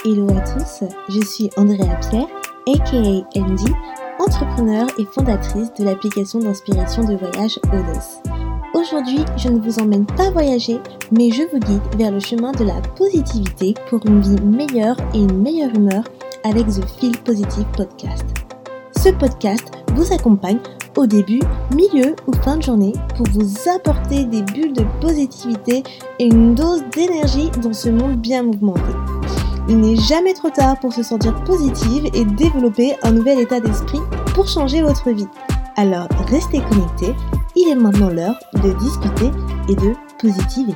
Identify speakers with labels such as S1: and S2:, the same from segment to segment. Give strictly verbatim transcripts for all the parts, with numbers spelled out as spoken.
S1: Hello à tous, je suis Andrea Pierre, aka M D, entrepreneur et fondatrice de l'application d'inspiration de voyage Odos. Aujourd'hui, je ne vous emmène pas voyager, mais je vous guide vers le chemin de la positivité pour une vie meilleure et une meilleure humeur avec The Feel Positive Podcast. Ce podcast vous accompagne au début, milieu ou fin de journée pour vous apporter des bulles de positivité et une dose d'énergie dans ce monde bien mouvementé. Il n'est jamais trop tard pour se sentir positive et développer un nouvel état d'esprit pour changer votre vie. Alors restez connectés, il est maintenant l'heure de discuter et de positiver.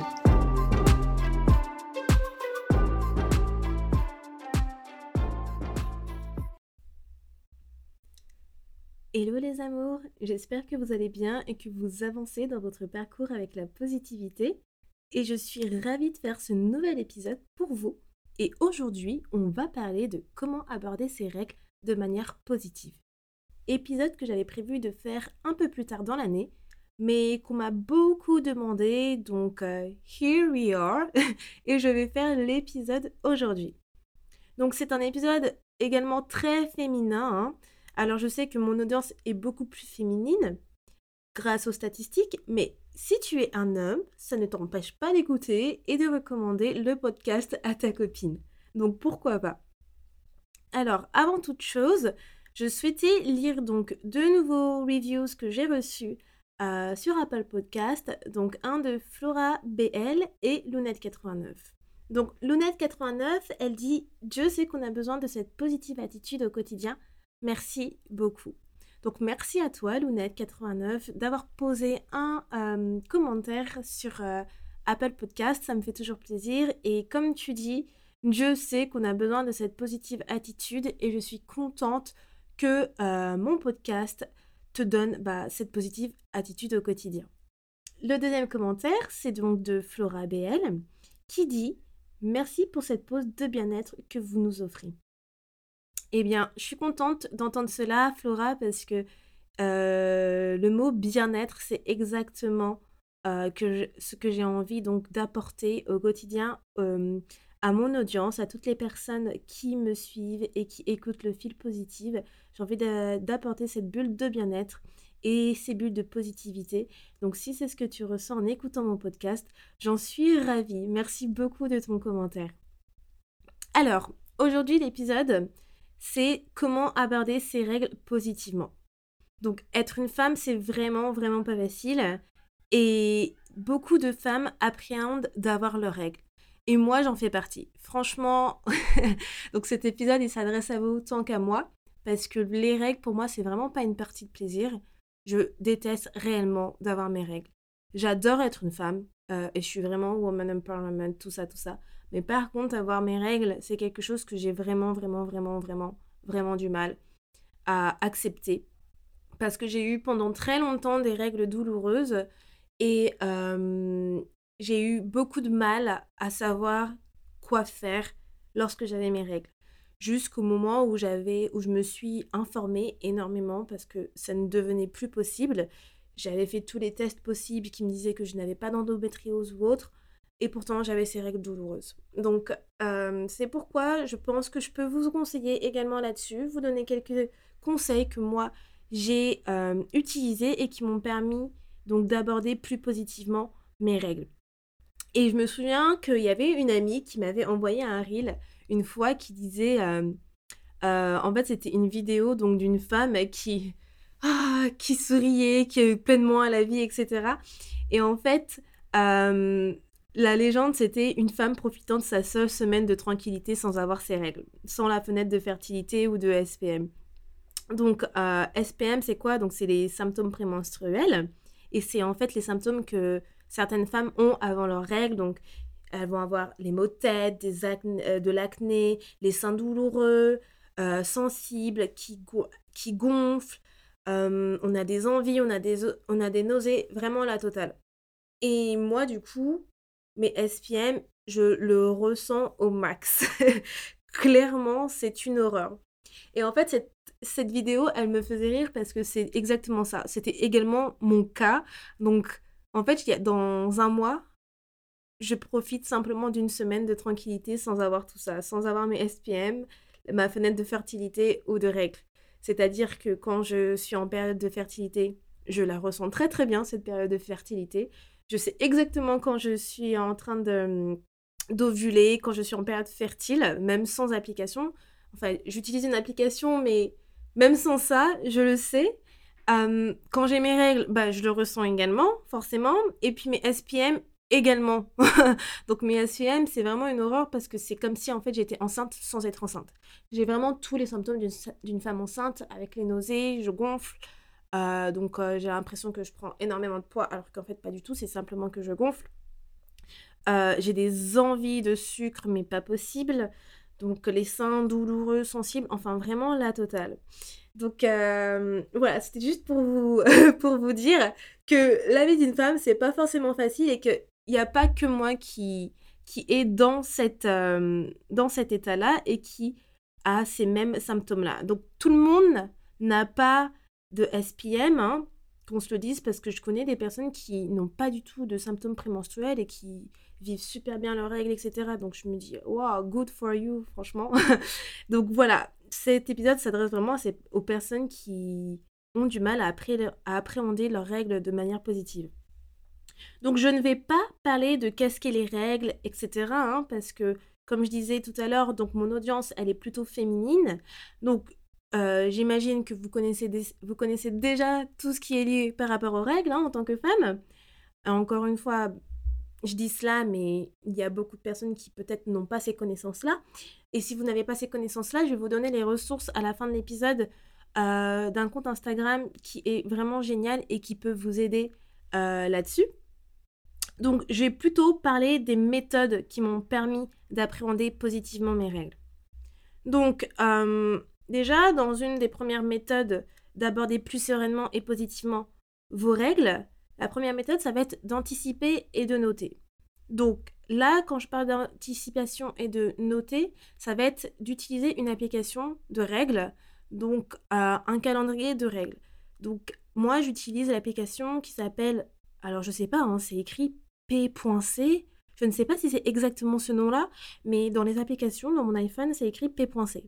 S1: Hello les amours, j'espère que vous allez bien et que vous avancez dans votre parcours avec la positivité. Et je suis ravie de faire ce nouvel épisode pour vous. Et aujourd'hui, on va parler de comment aborder ces règles de manière positive. Épisode que j'avais prévu de faire un peu plus tard dans l'année, mais qu'on m'a beaucoup demandé, donc uh, here we are, et je vais faire l'épisode aujourd'hui. Donc c'est un épisode également très féminin, hein. Alors je sais que mon audience est beaucoup plus féminine, grâce aux statistiques, mais si tu es un homme, ça ne t'empêche pas d'écouter et de recommander le podcast à ta copine. Donc pourquoi pas ? Alors, avant toute chose, je souhaitais lire donc deux nouveaux reviews que j'ai reçus euh, sur Apple Podcast, donc un de Flora B L et Lounette quatre-vingt-neuf. Donc Lounette quatre-vingt-neuf, elle dit « Dieu sait qu'on a besoin de cette positive attitude au quotidien. Merci beaucoup ». Donc merci à toi Lounette quatre-vingt-neuf d'avoir posé un euh, commentaire sur euh, Apple Podcast, ça me fait toujours plaisir. Et comme tu dis, Dieu sait qu'on a besoin de cette positive attitude et je suis contente que euh, mon podcast te donne bah, cette positive attitude au quotidien. Le deuxième commentaire, c'est donc de Flora B L qui dit « Merci pour cette pause de bien-être que vous nous offrez ». Eh bien, je suis contente d'entendre cela, Flora, parce que euh, le mot bien-être, c'est exactement euh, que je, ce que j'ai envie donc d'apporter au quotidien euh, à mon audience, à toutes les personnes qui me suivent et qui écoutent le fil positif. J'ai envie de, d'apporter cette bulle de bien-être et ces bulles de positivité. Donc, si c'est ce que tu ressens en écoutant mon podcast, j'en suis ravie. Merci beaucoup de ton commentaire. Alors, aujourd'hui, l'épisode, c'est comment aborder ces règles positivement. Donc, être une femme, c'est vraiment, vraiment pas facile. Et beaucoup de femmes appréhendent d'avoir leurs règles. Et moi, j'en fais partie. Franchement, donc cet épisode, il s'adresse à vous autant qu'à moi. Parce que les règles, pour moi, c'est vraiment pas une partie de plaisir. Je déteste réellement d'avoir mes règles. J'adore être une femme. Euh, et je suis vraiment woman empowerment, tout ça, tout ça. Mais par contre, avoir mes règles, c'est quelque chose que j'ai vraiment, vraiment, vraiment, vraiment, vraiment du mal à accepter. Parce que j'ai eu pendant très longtemps des règles douloureuses et euh, j'ai eu beaucoup de mal à savoir quoi faire lorsque j'avais mes règles. Jusqu'au moment où, j'avais, où je me suis informée énormément parce que ça ne devenait plus possible. J'avais fait tous les tests possibles qui me disaient que je n'avais pas d'endométriose ou autre. Et pourtant, j'avais ces règles douloureuses. Donc, euh, c'est pourquoi je pense que je peux vous conseiller également là-dessus, vous donner quelques conseils que moi, j'ai euh, utilisés et qui m'ont permis donc, d'aborder plus positivement mes règles. Et je me souviens qu'il y avait une amie qui m'avait envoyé un reel une fois qui disait... Euh, euh, en fait, c'était une vidéo donc, d'une femme qui, ah, qui souriait, qui est pleinement à la vie, et cetera. Et en fait... Euh, La légende, c'était une femme profitant de sa seule semaine de tranquillité sans avoir ses règles, sans la fenêtre de fertilité ou de S P M. Donc, euh, S P M, c'est quoi ? Donc, c'est les symptômes prémenstruels. Et c'est en fait les symptômes que certaines femmes ont avant leurs règles. Donc, elles vont avoir les maux de tête, des acné, euh, de l'acné, les seins douloureux, euh, sensibles, qui, go- qui gonflent. Euh, on a des envies, on a des, on a des nausées, vraiment la totale. Et moi, du coup... Mais S P M, je le ressens au max. Clairement, c'est une horreur. Et en fait, cette, cette vidéo, elle me faisait rire parce que c'est exactement ça. C'était également mon cas. Donc, en fait, il y a, dans un mois, je profite simplement d'une semaine de tranquillité sans avoir tout ça, sans avoir mes S P M, ma fenêtre de fertilité ou de règles. C'est-à-dire que quand je suis en période de fertilité, je la ressens très très bien, cette période de fertilité. Je sais exactement quand je suis en train de, d'ovuler, quand je suis en période fertile, même sans application. Enfin, j'utilise une application, mais même sans ça, je le sais. Euh, quand j'ai mes règles, bah, je le ressens également, forcément. Et puis mes S P M également. Donc mes S P M, c'est vraiment une horreur parce que c'est comme si en fait j'étais enceinte sans être enceinte. J'ai vraiment tous les symptômes d'une, d'une femme enceinte avec les nausées, je gonfle. Euh, donc euh, j'ai l'impression que je prends énormément de poids alors qu'en fait pas du tout, c'est simplement que je gonfle. Euh, j'ai des envies de sucre mais pas possible. Donc les seins douloureux, sensibles, enfin vraiment la totale. Donc euh, voilà, c'était juste pour vous, pour vous dire que la vie d'une femme, c'est pas forcément facile et qu'il n'y a pas que moi qui, qui est dans, cette, euh, dans cet état-là et qui a ces mêmes symptômes-là. Donc tout le monde n'a pas de S P M, hein, qu'on se le dise, parce que je connais des personnes qui n'ont pas du tout de symptômes prémenstruels et qui vivent super bien leurs règles, et cetera. Donc je me dis, wow, good for you, franchement. Donc voilà, cet épisode s'adresse vraiment à ces, aux personnes qui ont du mal à, appré- à appréhender leurs règles de manière positive. Donc je ne vais pas parler de qu'est-ce qu'est les règles, et cetera. hein, parce que, comme je disais tout à l'heure, donc mon audience, elle est plutôt féminine. Donc euh, j'imagine que vous connaissez, des- vous connaissez déjà tout ce qui est lié par rapport aux règles hein, en tant que femme. Encore une fois, je dis cela, mais il y a beaucoup de personnes qui peut-être n'ont pas ces connaissances-là. Et si vous n'avez pas ces connaissances-là, je vais vous donner les ressources à la fin de l'épisode euh, d'un compte Instagram qui est vraiment génial et qui peut vous aider euh, là-dessus. Donc, je vais plutôt parler des méthodes qui m'ont permis d'appréhender positivement mes règles. Donc, euh, déjà, dans une des premières méthodes d'aborder plus sereinement et positivement vos règles, la première méthode, ça va être d'anticiper et de noter. Donc là, quand je parle d'anticipation et de noter, ça va être d'utiliser une application de règles, donc euh, un calendrier de règles. Donc moi, j'utilise l'application qui s'appelle, alors je sais pas, hein, c'est écrit P.C. Je ne sais pas si c'est exactement ce nom-là, mais dans les applications, dans mon iPhone, c'est écrit P.C.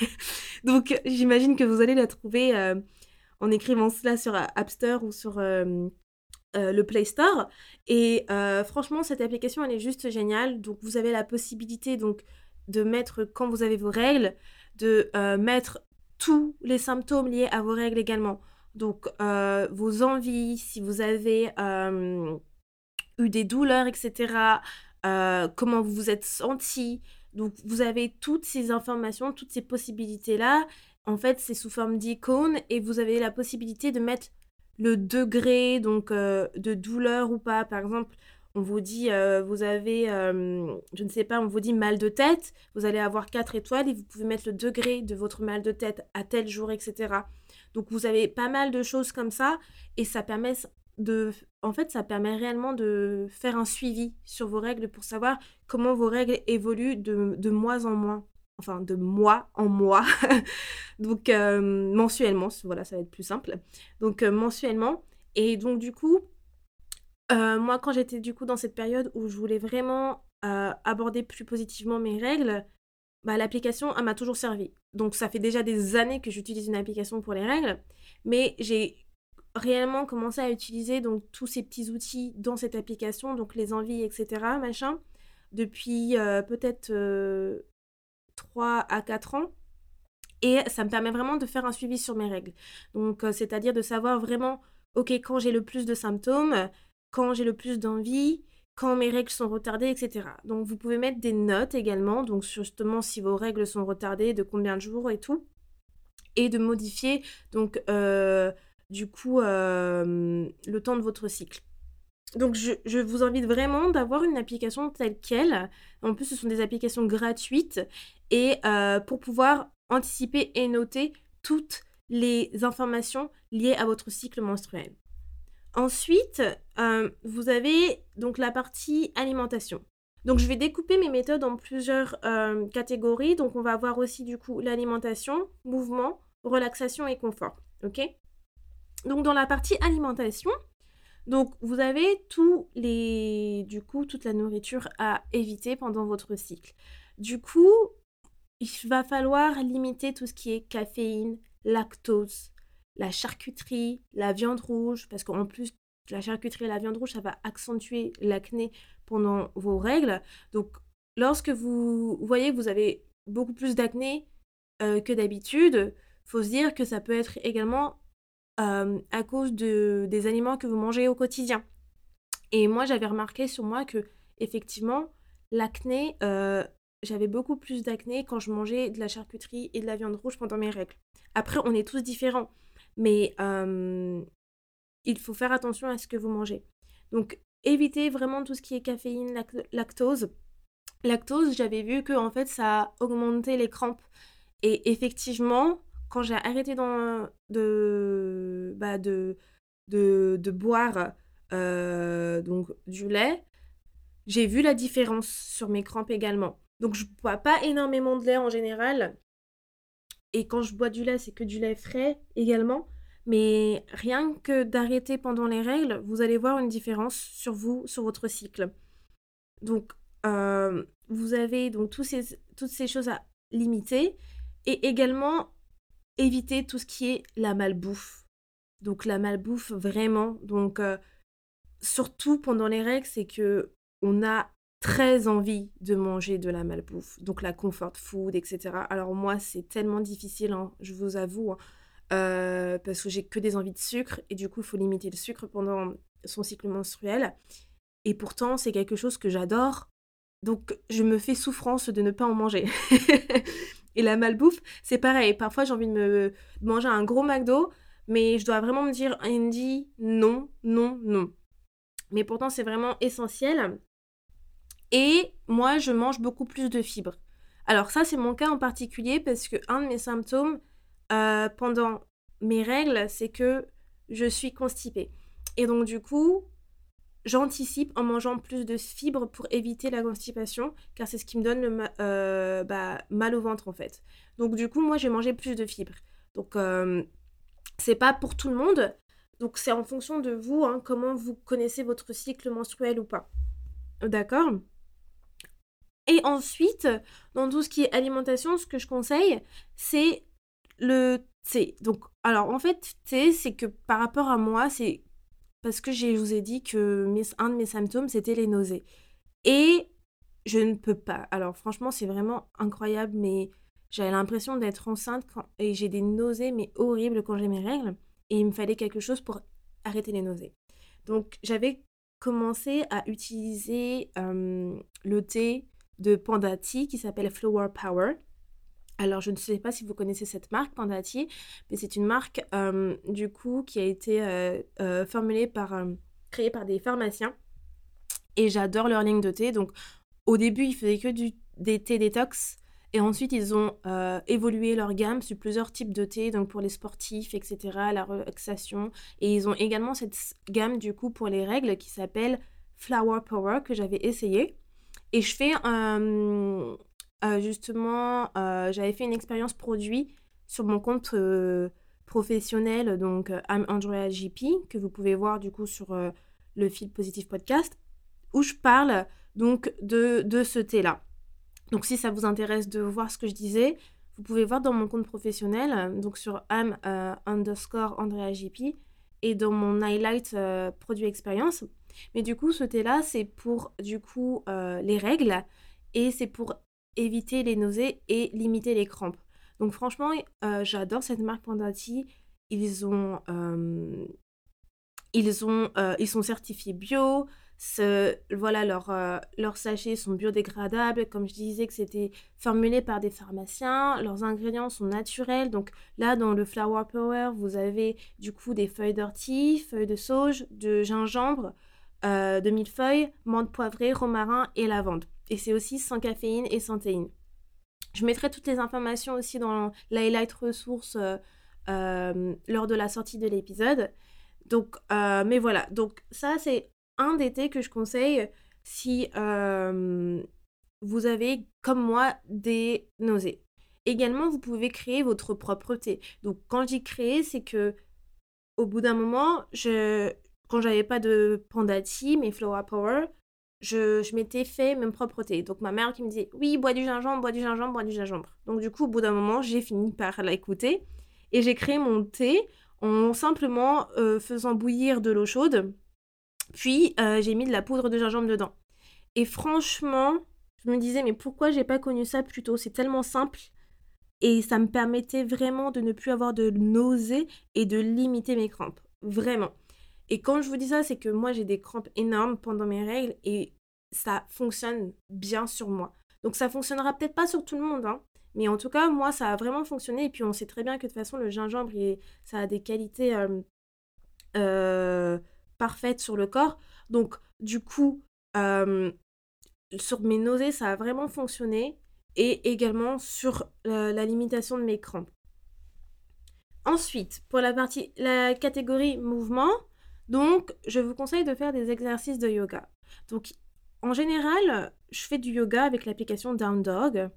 S1: Donc j'imagine que vous allez la trouver euh, en écrivant cela sur App Store ou sur euh, euh, le Play Store. Et euh, franchement, cette application, elle est juste géniale. Donc vous avez la possibilité donc, de mettre quand vous avez vos règles, de euh, mettre tous les symptômes liés à vos règles également. Donc euh, vos envies, si vous avez euh, eu des douleurs, et cetera. Euh, comment vous vous êtes senti. Donc vous avez toutes ces informations, toutes ces possibilités-là. En fait, c'est sous forme d'icônes et vous avez la possibilité de mettre le degré donc euh, de douleur ou pas. Par exemple, on vous dit, euh, vous avez, euh, je ne sais pas, on vous dit mal de tête, vous allez avoir quatre étoiles et vous pouvez mettre le degré de votre mal de tête à tel jour, et cetera. Donc vous avez pas mal de choses comme ça et ça permet de, en fait, ça permet réellement de faire un suivi sur vos règles pour savoir comment vos règles évoluent de, de mois en mois. Enfin, de mois en mois. Donc, euh, mensuellement, voilà, ça va être plus simple. Donc, euh, mensuellement. Et donc, du coup, euh, moi, quand j'étais du coup dans cette période où je voulais vraiment euh, aborder plus positivement mes règles, bah, l'application, elle m'a toujours servi. Donc, ça fait déjà des années que j'utilise une application pour les règles. Mais j'ai réellement commencé à utiliser donc tous ces petits outils dans cette application, donc les envies, et cetera, machin, depuis euh, peut-être euh, trois à quatre ans. Et ça me permet vraiment de faire un suivi sur mes règles. Donc, euh, c'est-à-dire de savoir vraiment, ok, quand j'ai le plus de symptômes, quand j'ai le plus d'envie, quand mes règles sont retardées, et cetera. Donc, vous pouvez mettre des notes également, donc justement si vos règles sont retardées, de combien de jours et tout, et de modifier donc euh, du coup euh, le temps de votre cycle. Donc je, je vous invite vraiment d'avoir une application telle quelle. En plus, ce sont des applications gratuites et euh, pour pouvoir anticiper et noter toutes les informations liées à votre cycle menstruel. Ensuite, euh, vous avez donc la partie alimentation. Donc je vais découper mes méthodes en plusieurs euh, catégories. Donc on va avoir aussi du coup l'alimentation, mouvement, relaxation et confort. Ok ? Donc dans la partie alimentation, Donc, vous avez tous les, du coup, toute la nourriture à éviter pendant votre cycle. Du coup, il va falloir limiter tout ce qui est caféine, lactose, la charcuterie, la viande rouge, parce qu'en plus, la charcuterie et la viande rouge, ça va accentuer l'acné pendant vos règles. Donc, lorsque vous voyez que vous avez beaucoup plus d'acné euh, que d'habitude, faut se dire que ça peut être également euh, à cause de, des aliments que vous mangez au quotidien. Et moi, j'avais remarqué sur moi que, effectivement, l'acné, euh, j'avais beaucoup plus d'acné quand je mangeais de la charcuterie et de la viande rouge pendant mes règles. Après, on est tous différents, mais euh, il faut faire attention à ce que vous mangez. Donc, évitez vraiment tout ce qui est caféine, lac- lactose. Lactose, j'avais vu que en fait, ça augmentait les crampes. Et effectivement, quand j'ai arrêté d'en- de, bah, de, de, de boire euh, donc, du lait, j'ai vu la différence sur mes crampes également. Donc, je bois pas énormément de lait en général. Et quand je bois du lait, c'est que du lait frais également. Mais rien que d'arrêter pendant les règles, vous allez voir une différence sur vous, sur votre cycle. Donc, euh, vous avez donc tous ces, toutes ces choses à limiter. Et également, éviter tout ce qui est la malbouffe. Donc, la malbouffe, vraiment. Donc, euh, surtout pendant les règles, c'est que on a très envie de manger de la malbouffe, donc la comfort food, et cetera. Alors moi, c'est tellement difficile, hein, je vous avoue, hein, euh, parce que j'ai que des envies de sucre, et du coup, il faut limiter le sucre pendant son cycle menstruel. Et pourtant, c'est quelque chose que j'adore, donc je me fais souffrance de ne pas en manger. Et la malbouffe, c'est pareil. Parfois, j'ai envie de me de manger un gros McDo, mais je dois vraiment me dire, Andy, non, non, non. Mais pourtant, c'est vraiment essentiel. Et moi, je mange beaucoup plus de fibres. Alors ça, c'est mon cas en particulier parce que un de mes symptômes euh, pendant mes règles, c'est que je suis constipée. Et donc du coup, j'anticipe en mangeant plus de fibres pour éviter la constipation, car c'est ce qui me donne le ma- euh, bah, mal au ventre en fait. Donc du coup, moi, j'ai mangé plus de fibres. Donc euh, c'est pas pour tout le monde. Donc c'est en fonction de vous, hein, comment vous connaissez votre cycle menstruel ou pas. D'accord? Et ensuite, dans tout ce qui est alimentation, ce que je conseille, c'est le thé. Donc, alors en fait, thé, c'est que par rapport à moi, c'est parce que je vous ai dit que mes, un de mes symptômes, c'était les nausées. Et je ne peux pas. Alors franchement, c'est vraiment incroyable, mais j'avais l'impression d'être enceinte quand, et j'ai des nausées, mais horribles quand j'ai mes règles. Et il me fallait quelque chose pour arrêter les nausées. Donc, j'avais commencé à utiliser euh, le thé de Panda Tea qui s'appelle Flower Power. Alors, je ne sais pas si vous connaissez cette marque, Panda Tea, mais c'est une marque, euh, du coup, qui a été euh, euh, formulée par, euh, créée par des pharmaciens. Et j'adore leur ligne de thé. Donc, au début, ils faisaient que du, des thés détox. Et ensuite, ils ont euh, évolué leur gamme sur plusieurs types de thé, donc pour les sportifs, et cetera, la relaxation. Et ils ont également cette gamme, du coup, pour les règles qui s'appelle Flower Power, que j'avais essayé. Et je fais, euh, euh, justement, euh, j'avais fait une expérience produit sur mon compte euh, professionnel, donc euh, I'm Andrea J P, que vous pouvez voir, du coup, sur euh, le fil Positif Podcast, où je parle donc de, de ce thé-là. Donc si ça vous intéresse de voir ce que je disais, vous pouvez voir dans mon compte professionnel, donc sur am euh, underscore Andrea J P, et dans mon highlight euh, produit expérience. Mais du coup, ce thé-là, c'est pour du coup euh, les règles et c'est pour éviter les nausées et limiter les crampes. Donc franchement, euh, j'adore cette marque Pandati. Ils ont, euh, ils, ont, euh, ils sont certifiés bio. Ce, voilà, leurs euh, leurs sachets sont biodégradables. Comme je disais que c'était formulé par des pharmaciens. Leurs ingrédients sont naturels. Donc là, dans le Flower Power, vous avez du coup des feuilles d'ortie, feuilles de sauge, de gingembre, euh, de millefeuille, menthe poivrée, romarin et lavande. Et c'est aussi sans caféine et sans théine. Je mettrai toutes les informations aussi dans l'highlight ressources euh, euh, lors de la sortie de l'épisode. Donc, euh, mais voilà. Donc, ça, c'est un des thés que je conseille si euh, vous avez, comme moi, des nausées. Également, vous pouvez créer votre propre thé. Donc, quand je dis créer, c'est que au bout d'un moment, je, quand j'avais pas de Panda Team et Flora Power, je, je m'étais fait mon propre thé. Donc ma mère qui me disait oui, bois du gingembre, bois du gingembre, bois du gingembre. Donc du coup, au bout d'un moment, j'ai fini par l'écouter et j'ai créé mon thé en simplement euh, faisant bouillir de l'eau chaude. Puis euh, j'ai mis de la poudre de gingembre dedans. Et franchement, je me disais mais pourquoi j'ai pas connu ça plus tôt? C'est tellement simple et ça me permettait vraiment de ne plus avoir de nausées et de limiter mes crampes. Vraiment. Et quand je vous dis ça, c'est que moi, j'ai des crampes énormes pendant mes règles et ça fonctionne bien sur moi. Donc ça fonctionnera peut-être pas sur tout le monde, hein, mais en tout cas, moi, ça a vraiment fonctionné. Et puis on sait très bien que de toute façon, le gingembre, il est- ça a des qualités euh, euh, parfaites sur le corps. Donc du coup, euh, sur mes nausées, ça a vraiment fonctionné. Et également sur euh, la limitation de mes crampes. Ensuite, pour la partie, la catégorie mouvement, donc je vous conseille de faire des exercices de yoga. Donc en général, je fais du yoga avec l'application Down Dog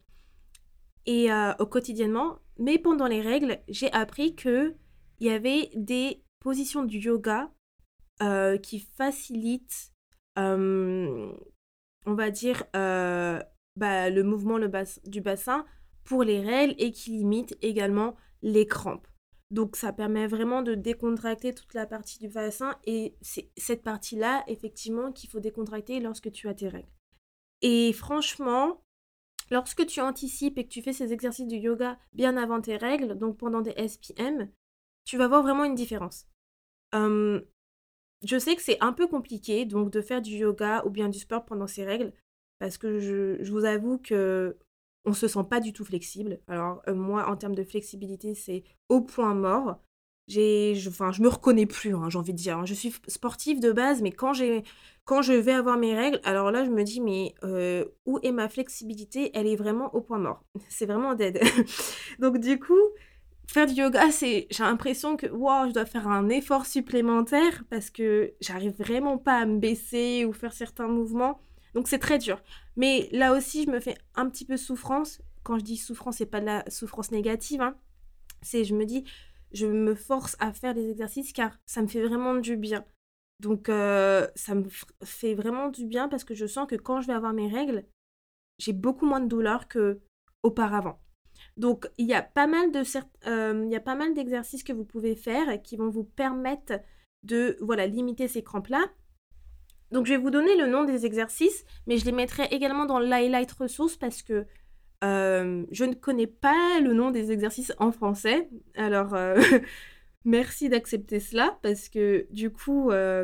S1: et euh, au quotidiennement, mais pendant les règles, j'ai appris que il y avait des positions du yoga euh, qui facilitent, euh, on va dire, euh, bah, le mouvement le bas- du bassin pour les règles et qui limitent également les crampes. Donc ça permet vraiment de décontracter toute la partie du bassin et c'est cette partie-là, effectivement, qu'il faut décontracter lorsque tu as tes règles. Et franchement, lorsque tu anticipes et que tu fais ces exercices de yoga bien avant tes règles, donc pendant des S P M, tu vas voir vraiment une différence. Euh, je sais que c'est un peu compliqué donc de faire du yoga ou bien du sport pendant ces règles parce que je, je vous avoue que on se sent pas du tout flexible. Alors euh, moi en termes de flexibilité c'est au point mort. J'ai, je, enfin, je me reconnais plus, hein, j'ai envie de dire, hein. Je suis f- sportive de base, mais quand j'ai, quand je vais avoir mes règles, alors là je me dis mais euh, où est ma flexibilité? Elle est vraiment au point mort. C'est vraiment dead. Donc du coup, faire du yoga, c'est j'ai l'impression que wow, je dois faire un effort supplémentaire parce que j'arrive vraiment pas à me baisser ou faire certains mouvements. Donc c'est très dur. Mais là aussi, je me fais un petit peu souffrance. Quand je dis souffrance, c'est pas de la souffrance négative, hein. C'est je me dis je me force à faire des exercices car ça me fait vraiment du bien. Donc euh, ça me f- fait vraiment du bien parce que je sens que quand je vais avoir mes règles, j'ai beaucoup moins de douleur que auparavant. Donc, il y a pas mal de cer- euh, il y a pas mal d'exercices que vous pouvez faire qui vont vous permettre de voilà, limiter ces crampes-là. Donc, je vais vous donner le nom des exercices, mais je les mettrai également dans l'highlight ressources parce que euh, je ne connais pas le nom des exercices en français. Alors, euh, merci d'accepter cela parce que du coup, euh,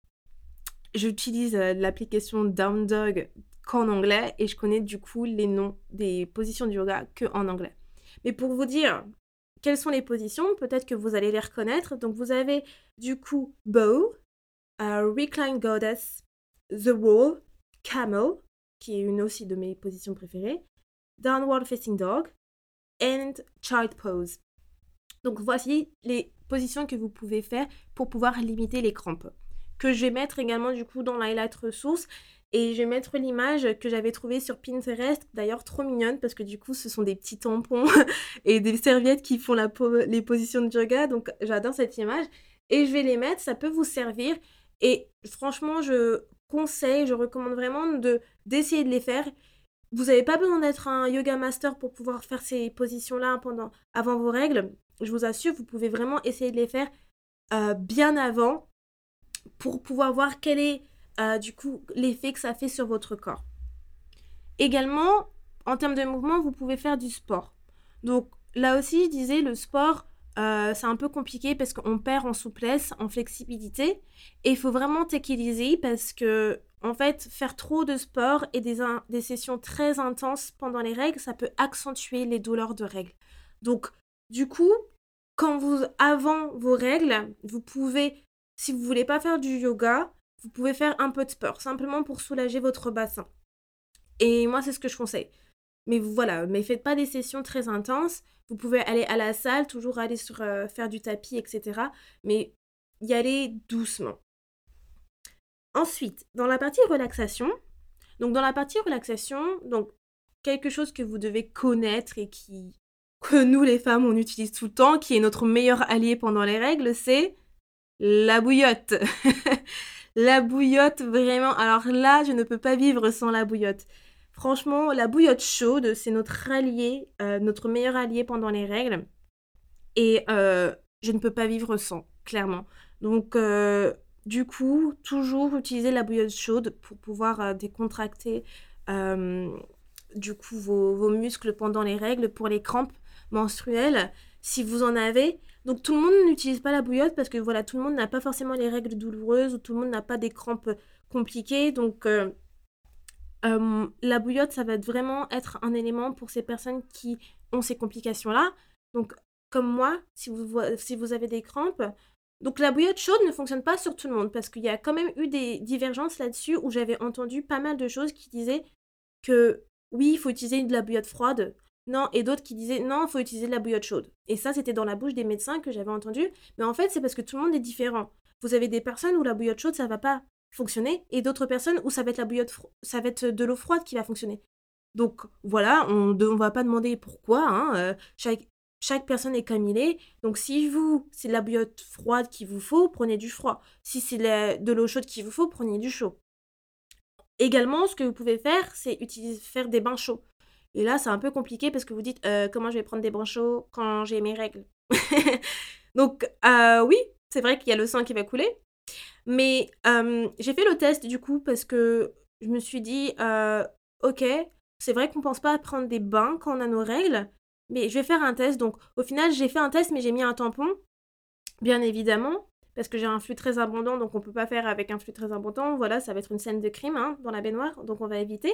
S1: j'utilise euh, l'application Down Dog qu'en anglais et je connais du coup les noms des positions de yoga que en anglais. Mais pour vous dire quelles sont les positions, peut-être que vous allez les reconnaître. Donc vous avez du coup Bow, euh, Recline Goddess, The Wall, Camel, qui est une aussi de mes positions préférées, Downward Facing Dog, and Child Pose. Donc voici les positions que vous pouvez faire pour pouvoir limiter les crampes. Que je vais mettre également du coup dans l'highlight ressources. Et je vais mettre l'image que j'avais trouvée sur Pinterest, d'ailleurs trop mignonne parce que du coup ce sont des petits tampons et des serviettes qui font la po- les positions de yoga. Donc j'adore cette image. Et je vais les mettre, ça peut vous servir. Et franchement je conseille, je recommande vraiment de d'essayer de les faire. Vous n'avez pas besoin d'être un yoga master pour pouvoir faire ces positions-là pendant, avant vos règles. Je vous assure, vous pouvez vraiment essayer de les faire euh, bien avant pour pouvoir voir quel est euh, du coup l'effet que ça fait sur votre corps. Également, en termes de mouvement, vous pouvez faire du sport. Donc là aussi, je disais, le sport, euh, c'est un peu compliqué parce qu'on perd en souplesse, en flexibilité. Et il faut vraiment take it easy parce que, en fait, faire trop de sport et des, in- des sessions très intenses pendant les règles, ça peut accentuer les douleurs de règles. Donc, du coup, quand vous, avant vos règles, vous pouvez, si vous voulez pas faire du yoga, vous pouvez faire un peu de sport, simplement pour soulager votre bassin. Et moi, c'est ce que je conseille. Mais voilà, mais faites pas des sessions très intenses. Vous pouvez aller à la salle, toujours aller sur euh, faire du tapis, et cetera. Mais y aller doucement. Ensuite, dans la partie relaxation, donc dans la partie relaxation, donc quelque chose que vous devez connaître et qui que nous les femmes on utilise tout le temps, qui est notre meilleur allié pendant les règles, c'est la bouillotte. La bouillotte, vraiment. Alors là, je ne peux pas vivre sans la bouillotte. Franchement, la bouillotte chaude, c'est notre allié, euh, notre meilleur allié pendant les règles. Et euh, je ne peux pas vivre sans, clairement. Donc, euh, du coup, toujours utiliser la bouillotte chaude pour pouvoir euh, décontracter euh, du coup vos, vos muscles pendant les règles pour les crampes menstruelles, si vous en avez. Donc, tout le monde n'utilise pas la bouillotte parce que voilà, tout le monde n'a pas forcément les règles douloureuses ou tout le monde n'a pas des crampes compliquées. Donc, euh, euh, la bouillotte, ça va vraiment être un élément pour ces personnes qui ont ces complications-là. Donc, comme moi, si vous, vo- si vous avez des crampes, donc la bouillotte chaude ne fonctionne pas sur tout le monde parce qu'il y a quand même eu des divergences là-dessus où j'avais entendu pas mal de choses qui disaient que oui, il faut utiliser de la bouillotte froide, non, et d'autres qui disaient non, il faut utiliser de la bouillotte chaude. Et ça, c'était dans la bouche des médecins que j'avais entendu. Mais en fait, c'est parce que tout le monde est différent. Vous avez des personnes où la bouillotte chaude, ça va pas fonctionner, et d'autres personnes où ça va être la bouillotte, fro- ça va être de l'eau froide qui va fonctionner. Donc voilà, on ne va pas demander pourquoi, hein, euh, chaque, chaque personne est comme il est. Donc si vous, c'est de la bouillotte froide qu'il vous faut, prenez du froid. Si c'est la- de l'eau chaude qu'il vous faut, prenez du chaud. Également, ce que vous pouvez faire, c'est utiliser, faire des bains chauds. Et là, c'est un peu compliqué parce que vous dites euh, comment je vais prendre des bains chauds quand j'ai mes règles. Donc euh, oui, c'est vrai qu'il y a le sang qui va couler. Mais euh, j'ai fait le test du coup parce que je me suis dit, euh, ok, c'est vrai qu'on pense pas à prendre des bains quand on a nos règles, mais je vais faire un test. Donc au final, j'ai fait un test, mais j'ai mis un tampon, bien évidemment, parce que j'ai un flux très abondant, donc on peut pas faire avec un flux très abondant. Voilà, ça va être une scène de crime hein, dans la baignoire, donc on va éviter.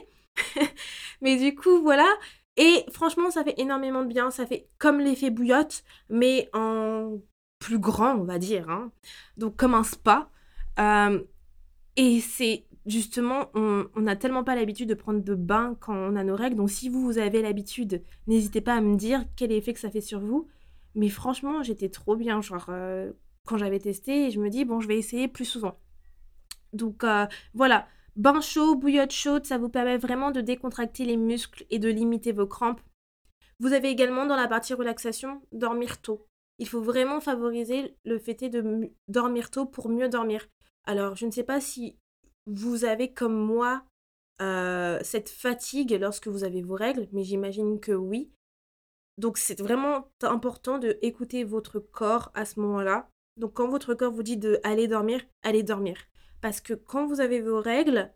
S1: Mais du coup, voilà. Et franchement, ça fait énormément de bien. Ça fait comme l'effet bouillotte, mais en plus grand, on va dire. Hein. Donc comme un spa. Euh, et c'est justement, on on n'a tellement pas l'habitude de prendre de bain quand on a nos règles. Donc si vous, vous avez l'habitude, n'hésitez pas à me dire quel effet que ça fait sur vous. Mais franchement, j'étais trop bien, genre, euh, quand j'avais testé, et je me dis, bon, je vais essayer plus souvent. Donc euh, voilà, bain chaud, bouillotte chaude, ça vous permet vraiment de décontracter les muscles et de limiter vos crampes. Vous avez également dans la partie relaxation, dormir tôt. Il faut vraiment favoriser le fait de mu- dormir tôt pour mieux dormir. Alors, je ne sais pas si vous avez comme moi euh, cette fatigue lorsque vous avez vos règles, mais j'imagine que oui. Donc, c'est vraiment important de écouter votre corps à ce moment-là. Donc, quand votre corps vous dit de aller dormir, allez dormir. Parce que quand vous avez vos règles,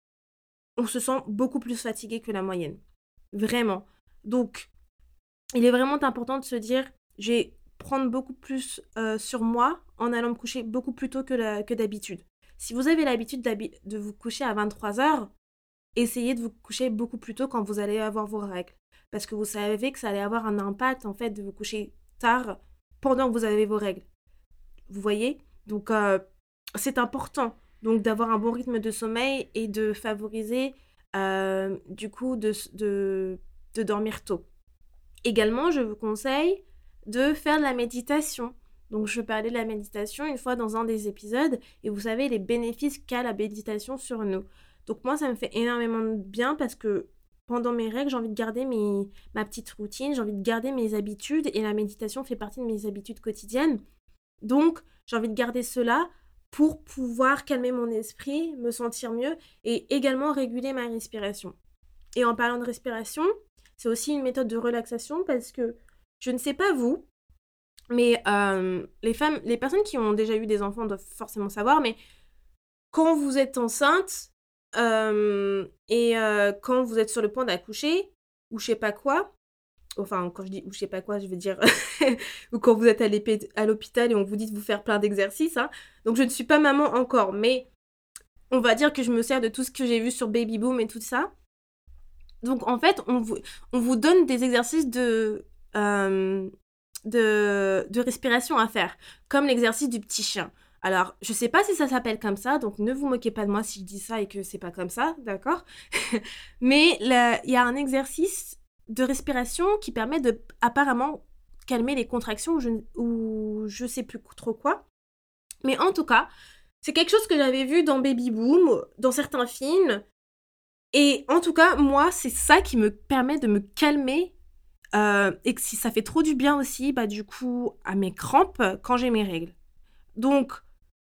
S1: on se sent beaucoup plus fatigué que la moyenne. Vraiment. Donc, il est vraiment important de se dire, je vais prendre beaucoup plus euh, sur moi en allant me coucher beaucoup plus tôt que, la- que d'habitude. Si vous avez l'habitude d'habi- de vous coucher à vingt-trois heures, essayez de vous coucher beaucoup plus tôt quand vous allez avoir vos règles. Parce que vous savez que ça allait avoir un impact en fait de vous coucher tard pendant que vous avez vos règles. Vous voyez? Donc euh, c'est important donc d'avoir un bon rythme de sommeil et de favoriser euh, du coup de, de, de dormir tôt. Également, je vous conseille de faire de la méditation. Donc, je parlais de la méditation une fois dans un des épisodes, et vous savez les bénéfices qu'a la méditation sur nous. Donc, moi, ça me fait énormément de bien parce que pendant mes règles, j'ai envie de garder mes, ma petite routine, j'ai envie de garder mes habitudes, et la méditation fait partie de mes habitudes quotidiennes. Donc, j'ai envie de garder cela pour pouvoir calmer mon esprit, me sentir mieux, et également réguler ma respiration. Et en parlant de respiration, c'est aussi une méthode de relaxation parce que je ne sais pas vous, mais euh, les femmes, les personnes qui ont déjà eu des enfants doivent forcément savoir, mais quand vous êtes enceinte euh, et euh, quand vous êtes sur le point d'accoucher, ou je sais pas quoi, enfin quand je dis ou je sais pas quoi, je veux dire, ou quand vous êtes à l'épée- à l'hôpital et on vous dit de vous faire plein d'exercices, hein. Donc je ne suis pas maman encore, mais on va dire que je me sers de tout ce que j'ai vu sur Baby Boom et tout ça. Donc en fait, on vous, on vous donne des exercices de, euh, de, de respiration à faire, comme l'exercice du petit chien. Alors, je sais pas si ça s'appelle comme ça, donc ne vous moquez pas de moi si je dis ça et que c'est pas comme ça, d'accord? Mais là, il y a un exercice de respiration qui permet de, apparemment, calmer les contractions ou je, ou je sais plus trop quoi. Mais en tout cas, c'est quelque chose que j'avais vu dans Baby Boom, dans certains films, et en tout cas, moi, c'est ça qui me permet de me calmer. Euh, et que si ça fait trop du bien aussi, bah du coup, à mes crampes quand j'ai mes règles. Donc,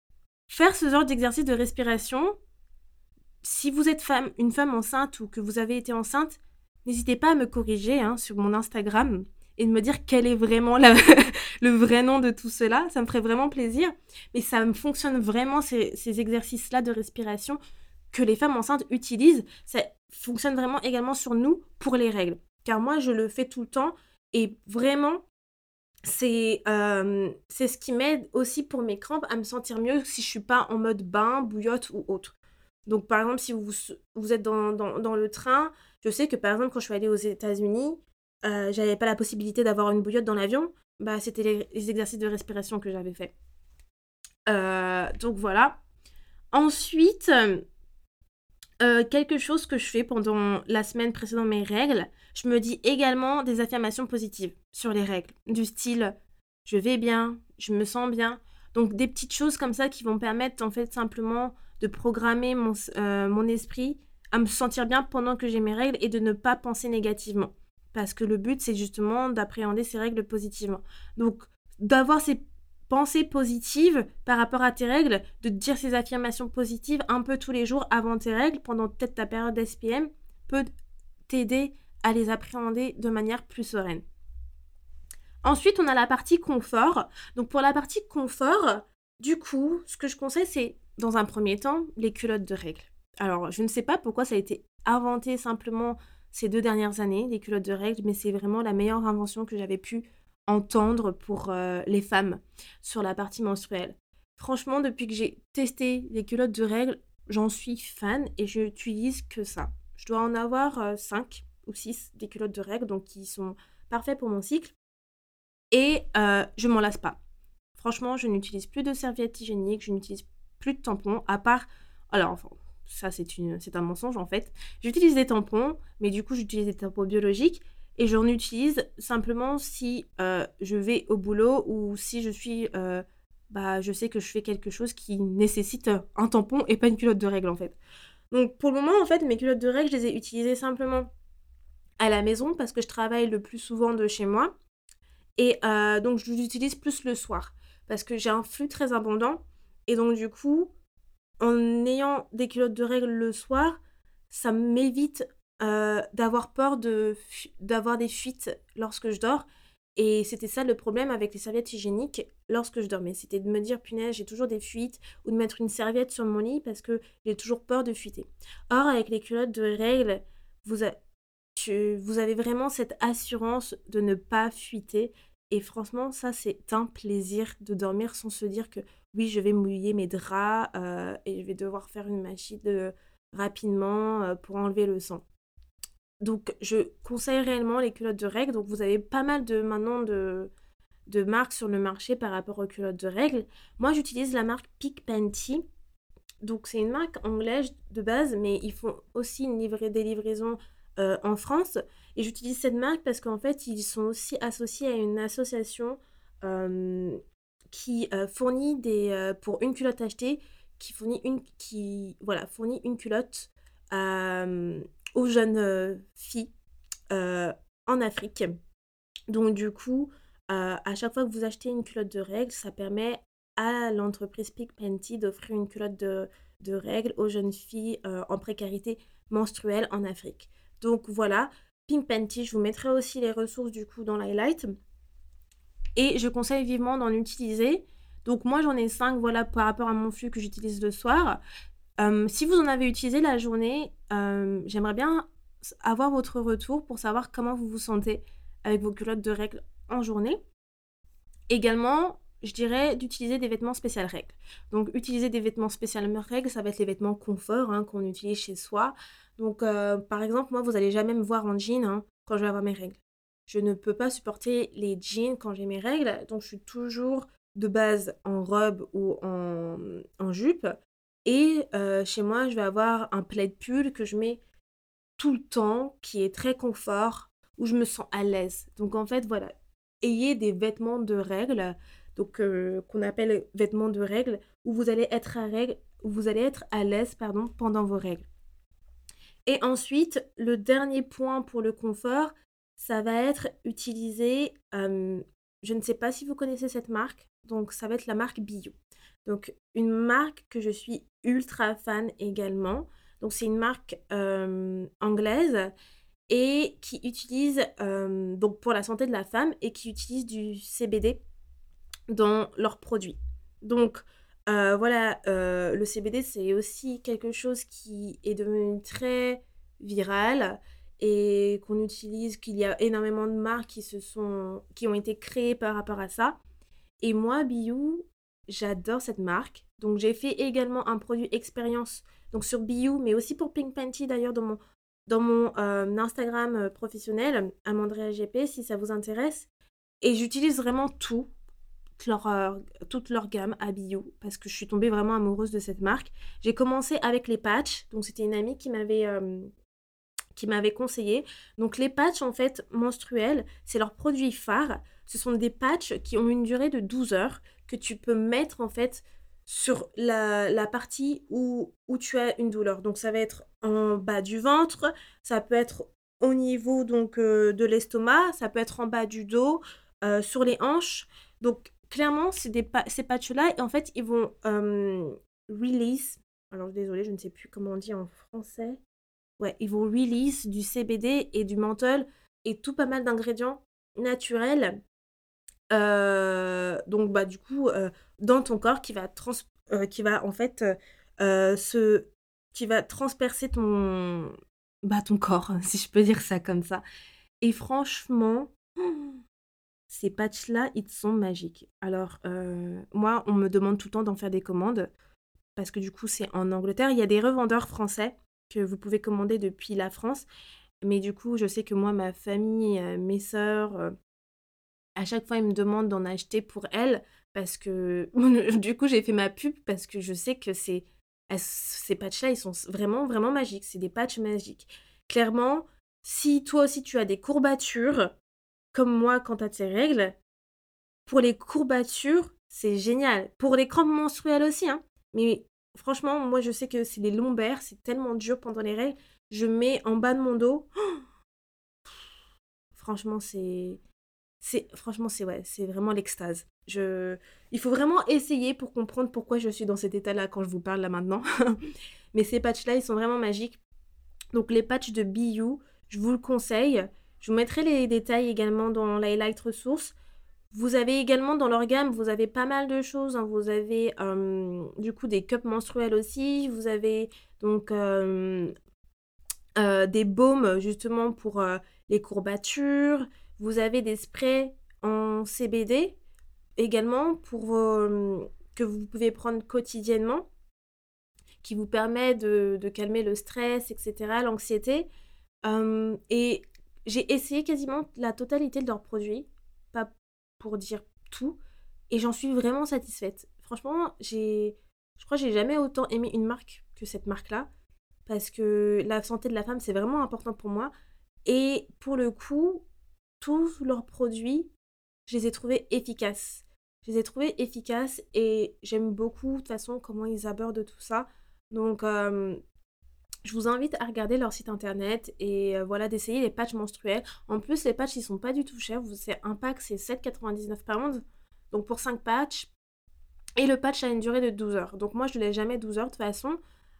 S1: faire ce genre d'exercice de respiration, si vous êtes femme, une femme enceinte ou que vous avez été enceinte, n'hésitez pas à me corriger hein, sur mon Instagram et de me dire quel est vraiment la- le vrai nom de tout cela. Ça me ferait vraiment plaisir. Mais ça me fonctionne vraiment, ces, ces exercices-là de respiration que les femmes enceintes utilisent. Ça fonctionne vraiment également sur nous pour les règles. Car moi, je le fais tout le temps et vraiment, c'est euh, c'est ce qui m'aide aussi pour mes crampes à me sentir mieux si je suis pas en mode bain, bouillotte ou autre. Donc, par exemple, si vous, vous êtes dans, dans, dans le train, je sais que par exemple, quand je suis allée aux États-Unis, euh, j'avais pas la possibilité d'avoir une bouillotte dans l'avion. Bah, c'était les, les exercices de respiration que j'avais fait. Euh, donc voilà. Ensuite, euh, quelque chose que je fais pendant la semaine précédant mes règles, je me dis également des affirmations positives sur les règles, du style je vais bien, je me sens bien. Donc des petites choses comme ça qui vont permettre en fait simplement de programmer mon, euh, mon esprit à me sentir bien pendant que j'ai mes règles et de ne pas penser négativement. Parce que le but c'est justement d'appréhender ces règles positivement. Donc d'avoir ces pensées positives par rapport à tes règles, de te dire ces affirmations positives un peu tous les jours avant tes règles, pendant peut-être ta période S P M, peut t'aider à les appréhender de manière plus sereine. Ensuite, on a la partie confort. Donc pour la partie confort, du coup, ce que je conseille, c'est dans un premier temps, les culottes de règles. Alors, je ne sais pas pourquoi ça a été inventé simplement ces deux dernières années, les culottes de règles, mais c'est vraiment la meilleure invention que j'avais pu entendre pour euh, les femmes sur la partie menstruelle. Franchement, depuis que j'ai testé les culottes de règles, j'en suis fan et je n'utilise que ça. Je dois en avoir euh, cinq ou six des culottes de règles, donc qui sont parfaits pour mon cycle. Et euh, je m'en lasse pas. Franchement, je n'utilise plus de serviettes hygiéniques, je n'utilise plus de tampons, à part... Alors, enfin, ça c'est, une, c'est un mensonge en fait. J'utilise des tampons, mais du coup j'utilise des tampons biologiques et j'en utilise simplement si euh, je vais au boulot ou si je suis... Euh, bah, je sais que je fais quelque chose qui nécessite un tampon et pas une culotte de règle en fait. Donc pour le moment, en fait, mes culottes de règle, je les ai utilisées simplement à la maison parce que je travaille le plus souvent de chez moi. Et euh, donc, je l'utilise plus le soir parce que j'ai un flux très abondant. Et donc, du coup, en ayant des culottes de règles le soir, ça m'évite euh, d'avoir peur de fu- d'avoir des fuites lorsque je dors. Et c'était ça le problème avec les serviettes hygiéniques lorsque je dormais. C'était de me dire, punaise, j'ai toujours des fuites ou de mettre une serviette sur mon lit parce que j'ai toujours peur de fuiter. Or, avec les culottes de règles, vous, a- tu- vous avez vraiment cette assurance de ne pas fuiter. Et franchement, ça, c'est un plaisir de dormir sans se dire que oui, je vais mouiller mes draps euh, et je vais devoir faire une machine euh, rapidement euh, pour enlever le sang. Donc, je conseille réellement les culottes de règles. Donc, vous avez pas mal de maintenant de, de marques sur le marché par rapport aux culottes de règles. Moi, j'utilise la marque Peak Panty. Donc, c'est une marque anglaise de base, mais ils font aussi une livra- des livraisons euh, en France. Et j'utilise cette marque parce qu'en fait, ils sont aussi associés à une association euh, qui euh, fournit des, euh, pour une culotte achetée, qui fournit une, qui, voilà, fournit une culotte euh, aux jeunes euh, filles euh, en Afrique. Donc, du coup, euh, à chaque fois que vous achetez une culotte de règles, ça permet à l'entreprise Peak Panty d'offrir une culotte de, de règles aux jeunes filles euh, en précarité menstruelle en Afrique. Donc voilà, Pink Panty, je vous mettrai aussi les ressources du coup dans l'highlight. Et je conseille vivement d'en utiliser. Donc moi j'en ai cinq voilà, par rapport à mon flux que j'utilise le soir. Euh, si vous en avez utilisé la journée, euh, j'aimerais bien avoir votre retour pour savoir comment vous vous sentez avec vos culottes de règles en journée. Également, je dirais d'utiliser des vêtements spécial règles. Donc, utiliser des vêtements spécial règles, ça va être les vêtements confort hein, qu'on utilise chez soi. Donc, euh, par exemple, moi, vous n'allez jamais me voir en jean hein, quand je vais avoir mes règles. Je ne peux pas supporter les jeans quand j'ai mes règles, donc je suis toujours de base en robe ou en, en jupe. Et euh, chez moi, je vais avoir un plaid pull que je mets tout le temps, qui est très confort, où je me sens à l'aise. Donc en fait, voilà, ayez des vêtements de règles, donc euh, qu'on appelle vêtements de règles, où vous allez être à règle, où vous allez être à l'aise, pardon, pendant vos règles. Et ensuite, le dernier point pour le confort, ça va être utiliser, euh, je ne sais pas si vous connaissez cette marque, donc ça va être la marque Bio. Donc une marque que je suis ultra fan également. Donc c'est une marque, hem, anglaise et qui utilise, hem, donc pour la santé de la femme et qui utilise du C B D dans leurs produits. Donc heu, voilà, heu, le C B D, c'est aussi quelque chose qui est devenu très viral et qu'on utilise, qu'il y a énormément de marques qui se sont qui ont été créées par rapport à ça et moi, Biou, j'adore cette marque. Donc j'ai fait également un produit expérience, donc sur Biou, mais aussi pour Pink Panty d'ailleurs dans mon dans mon, hem, Instagram, heu, professionnel, Amandrea G P, si ça vous intéresse et j'utilise vraiment tout, toute leur, heu, toute leur gamme à Biou parce que je suis tombée vraiment amoureuse de cette marque. J'ai commencé avec les patchs, donc c'était une amie qui m'avait, hem, qui m'avait conseillé. Donc les patchs en fait menstruels, c'est leur produit phare. Ce sont des patchs qui ont une durée de douze heures que tu peux mettre en fait sur la, la partie où, où tu as une douleur. Donc ça va être en bas du ventre, ça peut être au niveau donc euh, de l'estomac, ça peut être en bas du dos, euh, sur les hanches. Donc clairement, c'est des pa- ces patchs-là, et en fait, ils vont euh, release. Alors désolée, je ne sais plus comment on dit en français. Ouais, ils vont release du C B D et du menthol et tout pas mal d'ingrédients naturels. Heu, donc bah, du coup, heu, dans ton corps qui va trans heu, qui va en fait, heu heu, se qui va transpercer ton bah, ton corps, si je peux dire ça comme ça et franchement, ces patchs-là, ils sont magiques. Alors, heu, moi, on me demande tout le temps d'en faire des commandes parce que du coup, c'est en Angleterre. Il y a des revendeurs français que vous pouvez commander depuis la France. Mais du coup, je sais que moi, ma famille, heu, mes sœurs, heu, à chaque fois, ils me demandent d'en acheter pour elles parce que du coup, j'ai fait ma pub parce que je sais que ces elles ces patchs-là, ils sont s vraiment, vraiment magiques. C'est des patchs magiques. Clairement, si toi aussi tu as des courbatures, comme moi quand tu as tes règles, pour les courbatures, c'est génial. Pour les crampes menstruelles aussi, hein. Mais franchement, moi, je sais que c'est les lombaires, c'est tellement dur pendant les règles. Je mets en bas de mon dos. Franchement, c'est c'est franchement, c'est ouais, c'est vraiment l'extase. Je il faut vraiment essayer pour comprendre pourquoi je suis dans cet état-là quand je vous parle là maintenant. Mais ces patchs-là, ils sont vraiment magiques. Donc les patchs de B U, je vous le conseille. Je vous mettrai les détails également dans l'highlight ressources. Vous avez également dans leur gamme, vous avez pas mal de choses, hein. Vous avez euh, du coup des cups menstruels aussi. Vous avez donc euh, euh, des baumes justement pour euh, les courbatures. Vous avez des sprays en C B D également pour euh, que vous pouvez prendre quotidiennement, qui vous permet de, de calmer le stress, et cetera, l'anxiété. Euh, et j'ai essayé quasiment la totalité de leurs produits, pas pour dire tout, et j'en suis vraiment satisfaite. Franchement, j'ai, je crois que j'ai jamais autant aimé une marque que cette marque-là, parce que la santé de la femme, c'est vraiment important pour moi. Et pour le coup, tous leurs produits, je les ai trouvés efficaces. Je les ai trouvés efficaces et j'aime beaucoup de toute façon comment ils abordent tout ça. Donc, euh, je vous invite à regarder leur site internet et euh, voilà, d'essayer les patchs menstruels. En plus, les patchs, ils sont pas du tout chers. Vous- C'est un pack, c'est sept quatre-vingt-dix-neuf pounds. Donc pour cinq patchs. Et le patch a une durée de douze heures. Donc moi, je ne l'ai jamais douze heures de toute façon.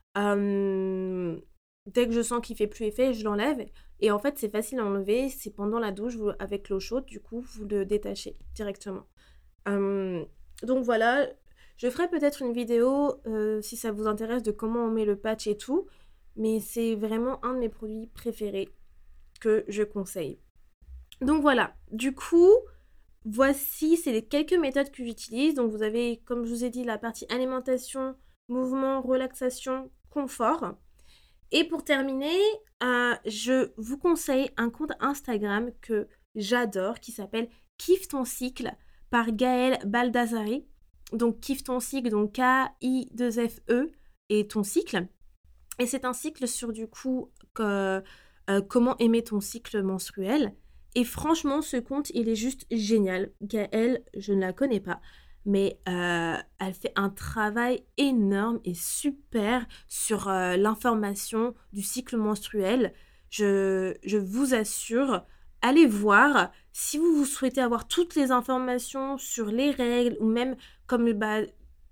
S1: Euh, Dès que je sens qu'il fait plus effet, je l'enlève. Et en fait, c'est facile à enlever. C'est pendant la douche, vous- avec l'eau chaude, du coup, vous le détachez directement. Euh, donc voilà, je ferai peut-être une vidéo euh, si ça vous intéresse de comment on met le patch et tout. Mais c'est vraiment un de mes produits préférés que je conseille. Donc voilà, du coup, voici, c'est les quelques méthodes que j'utilise. Donc vous avez, comme je vous ai dit, la partie alimentation, mouvement, relaxation, confort. Et pour terminer, euh, je vous conseille un compte Instagram que j'adore qui s'appelle Kiffe ton cycle par Gaëlle Baldassari. Donc Kiffe ton cycle, donc K I deux F E et ton cycle. Et c'est un cycle sur du coup que, euh, comment aimer ton cycle menstruel. Et franchement, ce compte, il est juste génial. Gaëlle, je ne la connais pas, mais euh, elle fait un travail énorme et super sur euh, l'information du cycle menstruel. Je, je vous assure, allez voir. Si vous, vous souhaitez avoir toutes les informations sur les règles ou même comme bah,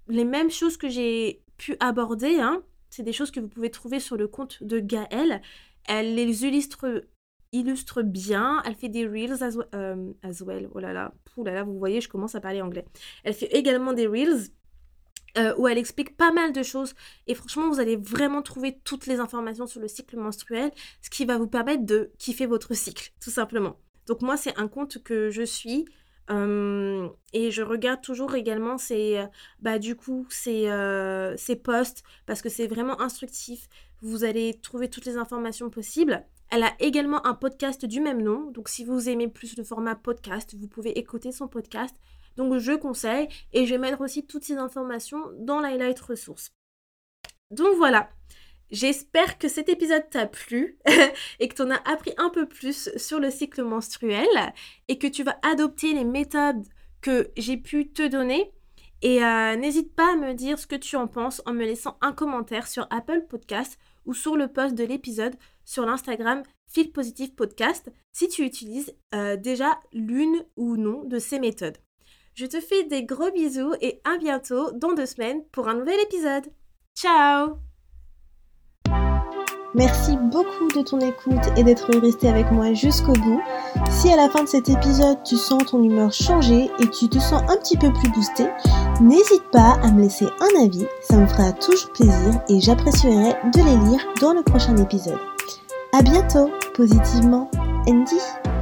S1: les mêmes choses que j'ai pu aborder, hein. C'est des choses que vous pouvez trouver sur le compte de Gaëlle. Elle les illustre, illustre bien. Elle fait des reels as, well, euh, as well. Oh là là, Ouh là là, vous voyez, je commence à parler anglais. Elle fait également des reels euh, où elle explique pas mal de choses. Et franchement, vous allez vraiment trouver toutes les informations sur le cycle menstruel, ce qui va vous permettre de kiffer votre cycle, tout simplement. Donc moi, c'est un compte que je suis. Euh, et je regarde toujours également ces, euh, bah, du coup, ces, euh, ces posts parce que c'est vraiment instructif. Vous allez trouver toutes les informations possibles. Elle a également un podcast du même nom. Donc, si vous aimez plus le format podcast, vous pouvez écouter son podcast. Donc, je conseille. Et je vais mettre aussi toutes ces informations dans l'highlight ressources. Donc, voilà. J'espère que cet épisode t'a plu et que tu en as appris un peu plus sur le cycle menstruel et que tu vas adopter les méthodes que j'ai pu te donner. Et euh, n'hésite pas à me dire ce que tu en penses en me laissant un commentaire sur Apple Podcast ou sur le post de l'épisode sur l'Instagram Feel Positive Podcast si tu utilises euh, déjà l'une ou non de ces méthodes. Je te fais des gros bisous et à bientôt dans deux semaines pour un nouvel épisode. Ciao!
S2: Merci beaucoup de ton écoute et d'être resté avec moi jusqu'au bout. Si à la fin de cet épisode, tu sens ton humeur changer et tu te sens un petit peu plus boosté, n'hésite pas à me laisser un avis, ça me fera toujours plaisir et j'apprécierai de les lire dans le prochain épisode. À bientôt, positivement, Andy.